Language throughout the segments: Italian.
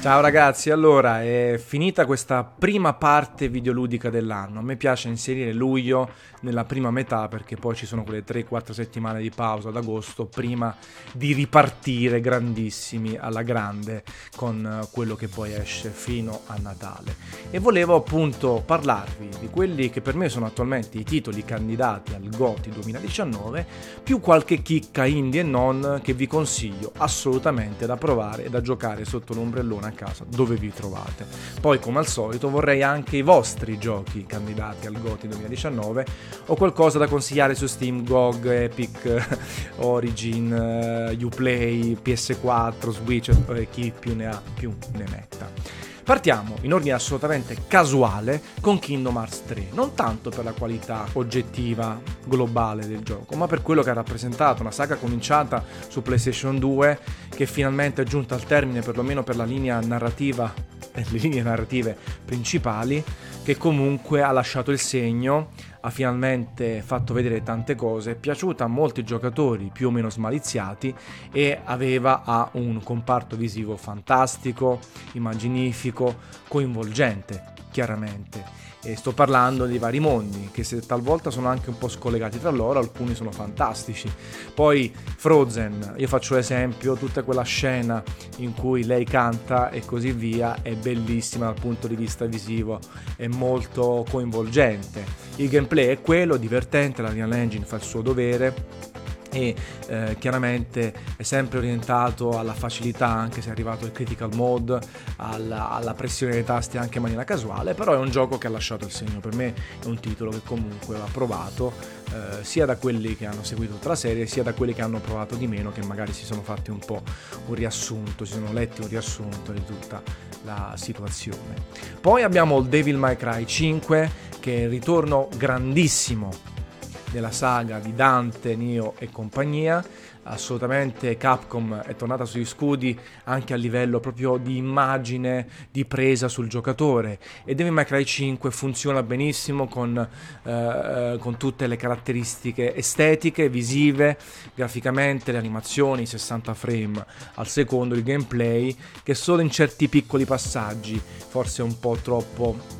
Ciao ragazzi, allora è finita questa prima parte videoludica dell'anno. A me piace inserire luglio nella prima metà perché poi ci sono quelle 3-4 settimane di pausa ad agosto prima di ripartire grandissimi alla grande con quello che poi esce fino a Natale. E volevo appunto parlarvi di quelli che per me sono attualmente i titoli candidati al GOTY 2019, più qualche chicca indie e non che vi consiglio assolutamente da provare e da giocare sotto l'ombrellone a casa dove vi trovate. Poi come al solito vorrei anche i vostri giochi candidati al GOTY 2019 o qualcosa da consigliare su Steam, GOG, Epic, Origin, Uplay, PS4, Switch e chi più ne ha più ne metta. Partiamo in ordine assolutamente casuale con Kingdom Hearts 3, non tanto per la qualità oggettiva globale del gioco, ma per quello che ha rappresentato, una saga cominciata su PlayStation 2 che finalmente è giunta al termine perlomeno per la linea narrativa, le linee narrative principali, che comunque ha lasciato il segno, ha finalmente fatto vedere tante cose, è piaciuta a molti giocatori più o meno smaliziati e ha un comparto visivo fantastico, immaginifico, coinvolgente, chiaramente. E sto parlando dei vari mondi, che se talvolta sono anche un po' scollegati tra loro, alcuni sono fantastici. Poi Frozen, io faccio l'esempio, tutta quella scena in cui lei canta e così via, è bellissima dal punto di vista visivo, è molto coinvolgente. Il gameplay è quello, divertente, la Unreal Engine fa il suo dovere e chiaramente è sempre orientato alla facilità, anche se è arrivato il critical mode, alla pressione dei tasti anche in maniera casuale, però è un gioco che ha lasciato il segno. Per me è un titolo che comunque va provato sia da quelli che hanno seguito tutta la serie sia da quelli che hanno provato di meno, che magari si sono fatti un po' un riassunto, si sono letti un riassunto di tutta la situazione. Poi abbiamo il Devil May Cry 5, che è il ritorno grandissimo della saga di Dante, Nioh e compagnia. Assolutamente Capcom è tornata sugli scudi anche a livello proprio di immagine, di presa sul giocatore, e Devil May Cry 5 funziona benissimo con tutte le caratteristiche estetiche, visive, graficamente, le animazioni, 60 frame al secondo, il gameplay che solo in certi piccoli passaggi forse è un po' troppo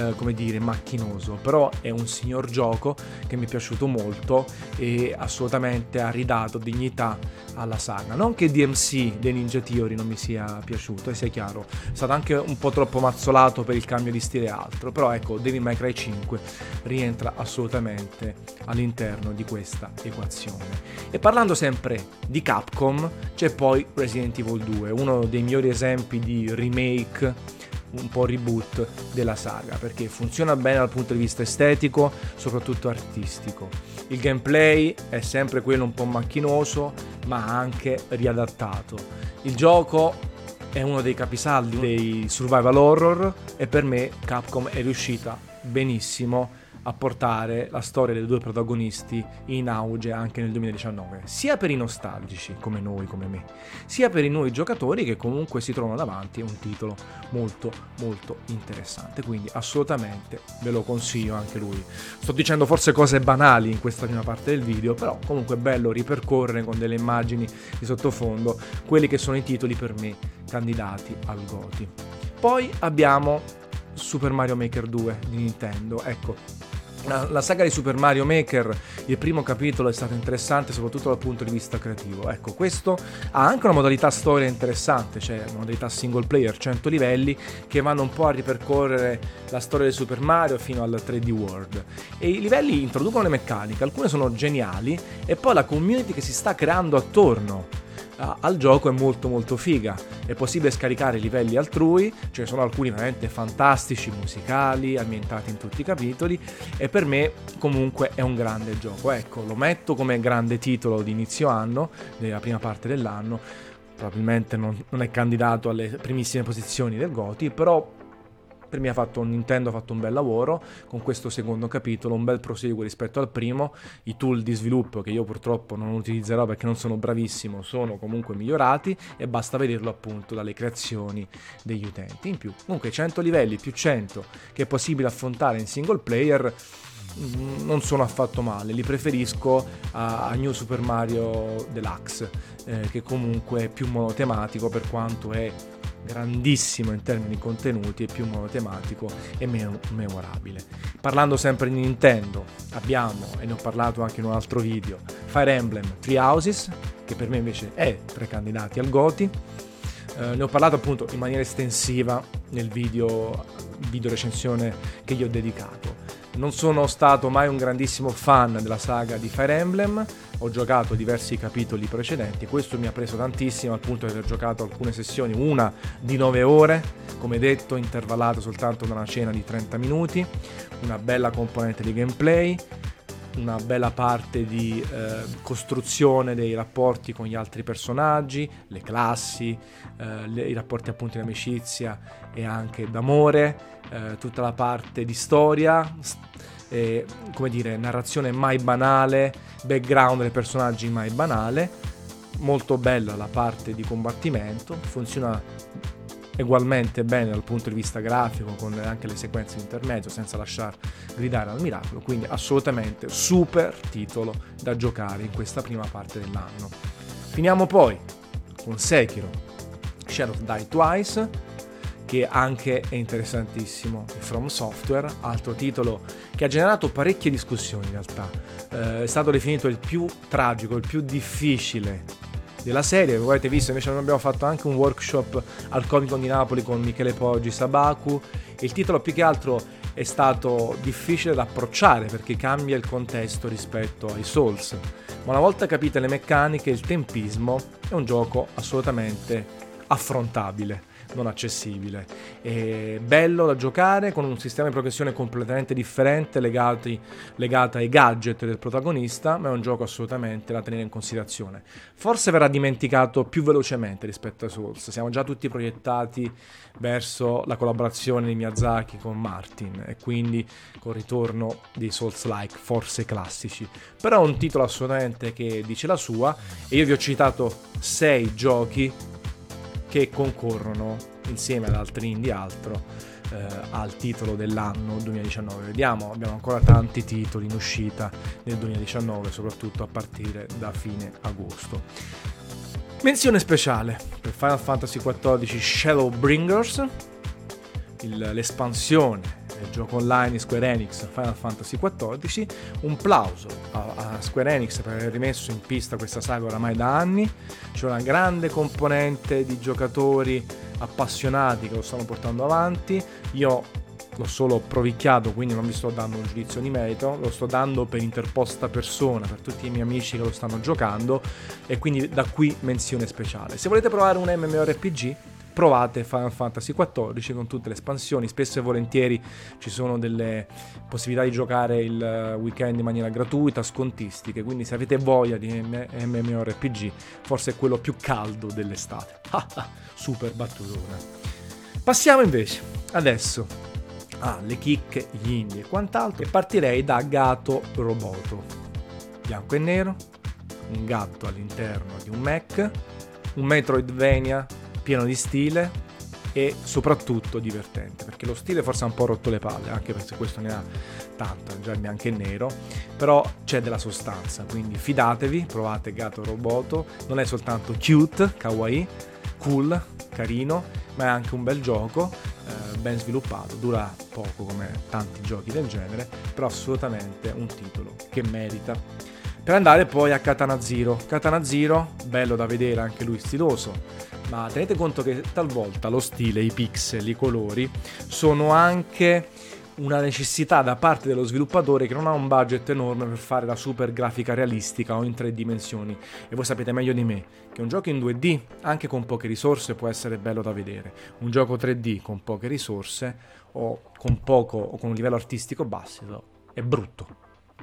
macchinoso, però è un signor gioco che mi è piaciuto molto e assolutamente ha ridato dignità alla saga. Non che DMC dei Ninja Theory non mi sia piaciuto, sia chiaro, è stato anche un po' troppo mazzolato per il cambio di stile e altro, però ecco, Devil May Cry 5 rientra assolutamente all'interno di questa equazione. E parlando sempre di Capcom, c'è poi Resident Evil 2, uno dei migliori esempi di remake, un po' reboot della saga, perché funziona bene dal punto di vista estetico, soprattutto artistico. Il gameplay è sempre quello un po' macchinoso, ma anche riadattato. Il gioco è uno dei capisaldi dei survival horror e per me Capcom è riuscita benissimo a portare la storia dei due protagonisti in auge anche nel 2019, sia per i nostalgici come noi, come me, sia per i nuovi giocatori che comunque si trovano davanti a un titolo molto molto interessante, quindi assolutamente ve lo consiglio anche lui. Sto dicendo forse cose banali in questa prima parte del video, però comunque è bello ripercorrere con delle immagini di sottofondo quelli che sono i titoli per me candidati al GOTY. Poi abbiamo Super Mario Maker 2 di Nintendo. Ecco, la saga di Super Mario Maker, il primo capitolo è stato interessante soprattutto dal punto di vista creativo. Ecco, questo ha anche una modalità storia interessante, cioè una modalità single player, 100 livelli che vanno un po' a ripercorrere la storia di Super Mario fino al 3D World, e i livelli introducono le meccaniche, alcune sono geniali, e poi la community che si sta creando attorno al gioco è molto molto figa. È possibile scaricare livelli altrui, ce ne sono alcuni veramente fantastici, musicali, ambientati in tutti i capitoli, e per me comunque è un grande gioco. Ecco, lo metto come grande titolo di inizio anno, della prima parte dell'anno. Probabilmente non è candidato alle primissime posizioni del GOTY, però per me Nintendo ha fatto un bel lavoro con questo secondo capitolo, un bel proseguo rispetto al primo. I tool di sviluppo, che io purtroppo non utilizzerò perché non sono bravissimo, sono comunque migliorati, e basta vederlo appunto dalle creazioni degli utenti. In più, comunque 100 livelli più 100 che è possibile affrontare in single player non sono affatto male. Li preferisco a New Super Mario Deluxe, che comunque è più monotematico, per quanto è grandissimo in termini contenuti e più monotematico e meno memorabile. Parlando sempre di Nintendo, abbiamo, e ne ho parlato anche in un altro video, Fire Emblem Three Houses, che per me invece è tra i candidati al GOTY. Ne ho parlato appunto in maniera estensiva nel video recensione che gli ho dedicato. Non sono stato mai un grandissimo fan della saga di Fire Emblem, ho giocato diversi capitoli precedenti e questo mi ha preso tantissimo al punto di aver giocato alcune sessioni, una di 9 ore, come detto, intervallata soltanto da una cena di 30 minuti, una bella componente di gameplay, una bella parte di costruzione dei rapporti con gli altri personaggi, le classi, i rapporti appunto di amicizia e anche d'amore, tutta la parte di storia, come dire, narrazione mai banale, background dei personaggi mai banale, molto bella la parte di combattimento, funziona ugualmente bene dal punto di vista grafico con anche le sequenze di intermezzo senza lasciar gridare al miracolo, quindi assolutamente super titolo da giocare in questa prima parte dell'anno. Finiamo poi con Sekiro Shadows Die Twice, che anche è interessantissimo, From Software, altro titolo che ha generato parecchie discussioni in realtà, è stato definito il più tragico, il più difficile della serie. Voi avete visto, invece noi abbiamo fatto anche un workshop al Comic Con di Napoli con Michele Poggi, Sabaku, e il titolo più che altro è stato difficile da approcciare perché cambia il contesto rispetto ai Souls, ma una volta capite le meccaniche, il tempismo, è un gioco assolutamente affrontabile, non accessibile, è bello da giocare con un sistema di progressione completamente differente legata ai gadget del protagonista, ma è un gioco assolutamente da tenere in considerazione. Forse verrà dimenticato più velocemente rispetto ai Souls, siamo già tutti proiettati verso la collaborazione di Miyazaki con Martin e quindi col ritorno dei Souls-like forse classici, però è un titolo assolutamente che dice la sua e io vi ho citato 6 giochi che concorrono insieme ad altri indie al titolo dell'anno 2019. Vediamo, abbiamo ancora tanti titoli in uscita nel 2019, soprattutto a partire da fine agosto. Menzione speciale per Final Fantasy XIV Shadowbringers, l'espansione del gioco online di Square Enix Final Fantasy XIV. Un plauso a Square Enix per aver rimesso in pista questa saga oramai da anni. C'è una grande componente di giocatori appassionati che lo stanno portando avanti. Io l'ho solo provicchiato, quindi non vi sto dando un giudizio di merito, lo sto dando per interposta persona, per tutti i miei amici che lo stanno giocando, e quindi da qui menzione speciale. Se volete provare un MMORPG, provate Final Fantasy XIV con tutte le espansioni. Spesso e volentieri ci sono delle possibilità di giocare il weekend in maniera gratuita, scontistiche, quindi se avete voglia di MMORPG forse è quello più caldo dell'estate. Super battutona. Passiamo invece adesso alle chicche, gli indie e quant'altro, e partirei da Gato Roboto. Bianco e nero, un gatto all'interno di un mech, un Metroidvania pieno di stile e soprattutto divertente, perché lo stile forse ha un po' rotto le palle, anche perché questo ne ha tanto, già in bianco e nero, però c'è della sostanza, quindi fidatevi, provate Gato Roboto, non è soltanto cute, kawaii, cool, carino, ma è anche un bel gioco, ben sviluppato, dura poco come tanti giochi del genere, però assolutamente un titolo che merita. Per andare poi a Katana Zero, bello da vedere, anche lui stiloso, ma tenete conto che talvolta lo stile, i pixel, i colori sono anche una necessità da parte dello sviluppatore che non ha un budget enorme per fare la super grafica realistica o in 3 dimensioni, e voi sapete meglio di me che un gioco in 2D anche con poche risorse può essere bello da vedere, un gioco 3D con poche risorse o con poco o con un livello artistico basso è brutto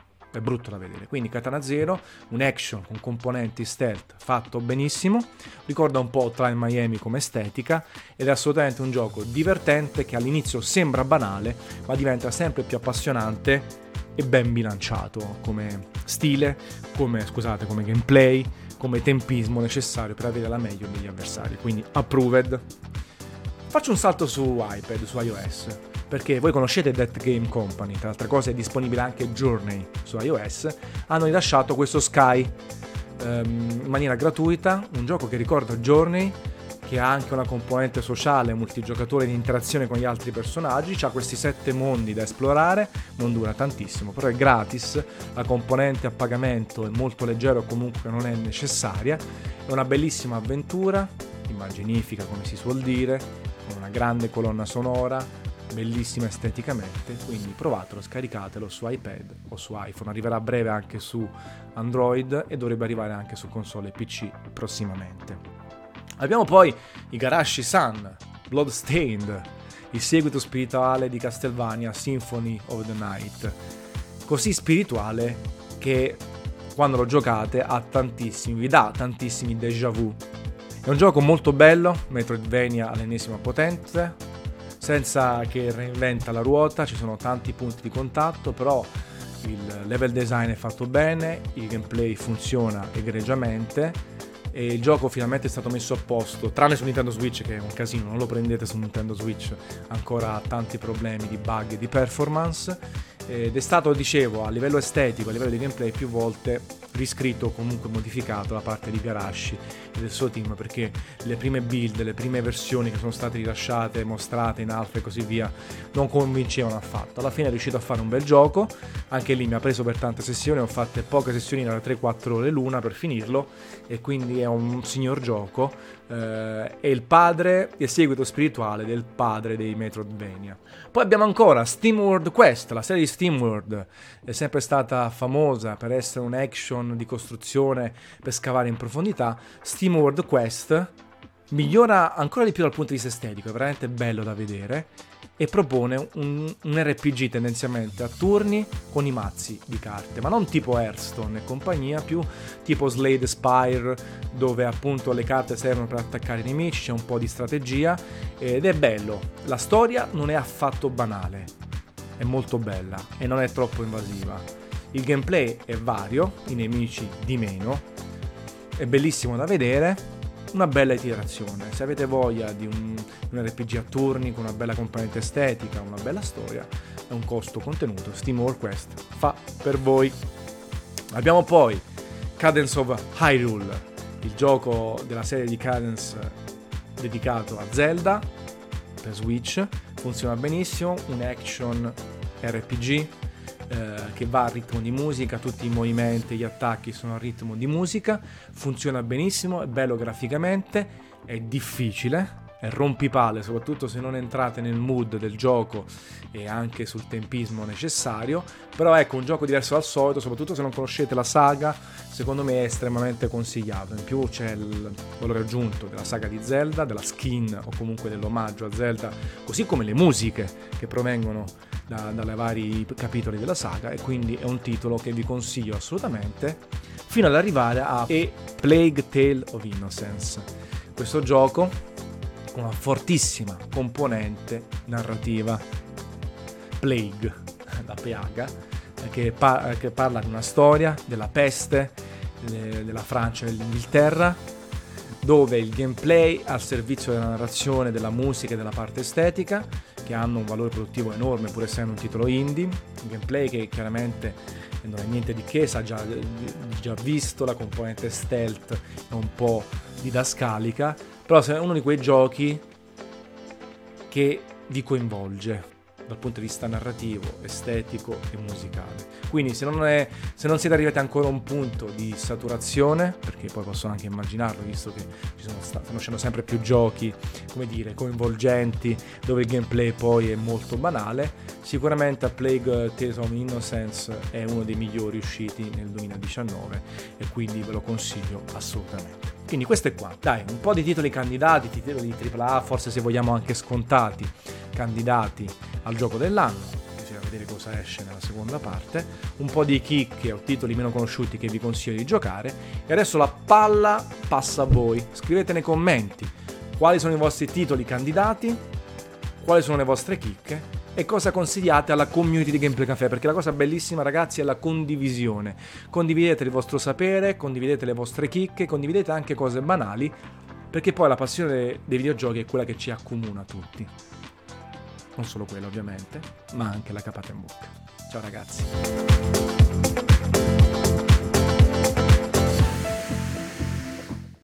da vedere. Quindi Katana Zero, un action con componenti stealth fatto benissimo, ricorda un po' Hotline Miami come estetica ed è assolutamente un gioco divertente che all'inizio sembra banale ma diventa sempre più appassionante e ben bilanciato come stile, come gameplay, come tempismo necessario per avere la meglio degli avversari, quindi approved. Faccio un salto su iPad, su iOS, perché voi conoscete That Game Company, tra altre cose è disponibile anche Journey su iOS, hanno rilasciato questo Sky in maniera gratuita, un gioco che ricorda Journey, che ha anche una componente sociale, multigiocatore di interazione con gli altri personaggi, c'ha questi 7 mondi da esplorare, non dura tantissimo, però è gratis, la componente a pagamento è molto leggero, comunque non è necessaria, è una bellissima avventura, immaginifica come si suol dire, con una grande colonna sonora, bellissima esteticamente, quindi provatelo, scaricatelo su iPad o su iPhone, arriverà a breve anche su Android e dovrebbe arrivare anche su console e PC prossimamente. Abbiamo poi Igarashi Sun Bloodstained, il seguito spirituale di Castlevania Symphony of the Night, così spirituale che quando lo giocate vi dà tantissimi déjà vu. È un gioco molto bello, Metroidvania all'ennesima potenza, senza che reinventa la ruota, ci sono tanti punti di contatto, però il level design è fatto bene, il gameplay funziona egregiamente e il gioco finalmente è stato messo a posto, tranne su Nintendo Switch che è un casino, non lo prendete su Nintendo Switch, ancora ha tanti problemi di bug e di performance, ed è stato, dicevo, a livello estetico, a livello di gameplay più volte riscritto o comunque modificato da parte di Igarashi e del suo team, perché le prime build, le prime versioni che sono state rilasciate, mostrate in alfa e così via non convincevano affatto. Alla fine è riuscito a fare un bel gioco, anche lì mi ha preso per tante sessioni, ho fatte poche sessioni da 3-4 ore l'una per finirlo e quindi è un signor gioco, è il seguito spirituale del padre dei Metroidvania. Poi abbiamo ancora SteamWorld Quest, la serie di SteamWorld è sempre stata famosa per essere un action di costruzione per scavare in profondità. SteamWorld Quest migliora ancora di più dal punto di vista estetico, è veramente bello da vedere e propone un RPG tendenzialmente a turni con i mazzi di carte, ma non tipo Hearthstone e compagnia, più tipo Slay the Spire, dove appunto le carte servono per attaccare i nemici, c'è un po' di strategia ed è bello. La storia non è affatto banale, è molto bella e non è troppo invasiva. Il gameplay è vario, i nemici di meno, è bellissimo da vedere, una bella iterazione. Se avete voglia di un RPG a turni con una bella componente estetica, una bella storia, è un costo contenuto, SteamWorld Quest fa per voi. Abbiamo poi Cadence of Hyrule, il gioco della serie di Cadence dedicato a Zelda per Switch, funziona benissimo, un action RPG che va a ritmo di musica, tutti i movimenti, gli attacchi sono a ritmo di musica, funziona benissimo, è bello graficamente, è difficile, è rompipalle, soprattutto se non entrate nel mood del gioco e anche sul tempismo necessario, però ecco, un gioco diverso dal solito, soprattutto se non conoscete la saga, secondo me è estremamente consigliato. In più c'è il valore aggiunto della saga di Zelda, della skin o comunque dell'omaggio a Zelda, così come le musiche che provengono dalle vari capitoli della saga, e quindi è un titolo che vi consiglio assolutamente fino ad arrivare a Plague Tale of Innocence, questo gioco con una fortissima componente narrativa, Plague, la piaga, che parla di una storia della peste della Francia e dell'Inghilterra, dove il gameplay al servizio della narrazione, della musica e della parte estetica, che hanno un valore produttivo enorme pur essendo un titolo indie, un gameplay che chiaramente non è niente di che, sa già visto, la componente stealth è un po' didascalica, però è uno di quei giochi che vi coinvolge dal punto di vista narrativo, estetico e musicale. Quindi se non siete arrivati ancora a un punto di saturazione, perché poi posso anche immaginarlo, visto che stanno uscendo sempre più giochi, come dire, coinvolgenti, dove il gameplay poi è molto banale, sicuramente A Plague Tale of Innocence è uno dei migliori usciti nel 2019 e quindi ve lo consiglio assolutamente. Quindi questo è qua, dai, un po' di titoli candidati, titoli AAA, forse se vogliamo anche scontati, candidati al gioco dell'anno, bisogna vedere cosa esce nella seconda parte, un po' di chicche o titoli meno conosciuti che vi consiglio di giocare, e adesso la palla passa a voi. Scrivete nei commenti quali sono i vostri titoli candidati, quali sono le vostre chicche e cosa consigliate alla community di Gameplay Café, perché la cosa bellissima, ragazzi, è la condivisione. Condividete il vostro sapere, condividete le vostre chicche, condividete anche cose banali, perché poi la passione dei videogiochi è quella che ci accomuna tutti. Non solo quella, ovviamente, ma anche la capata in bocca. Ciao ragazzi.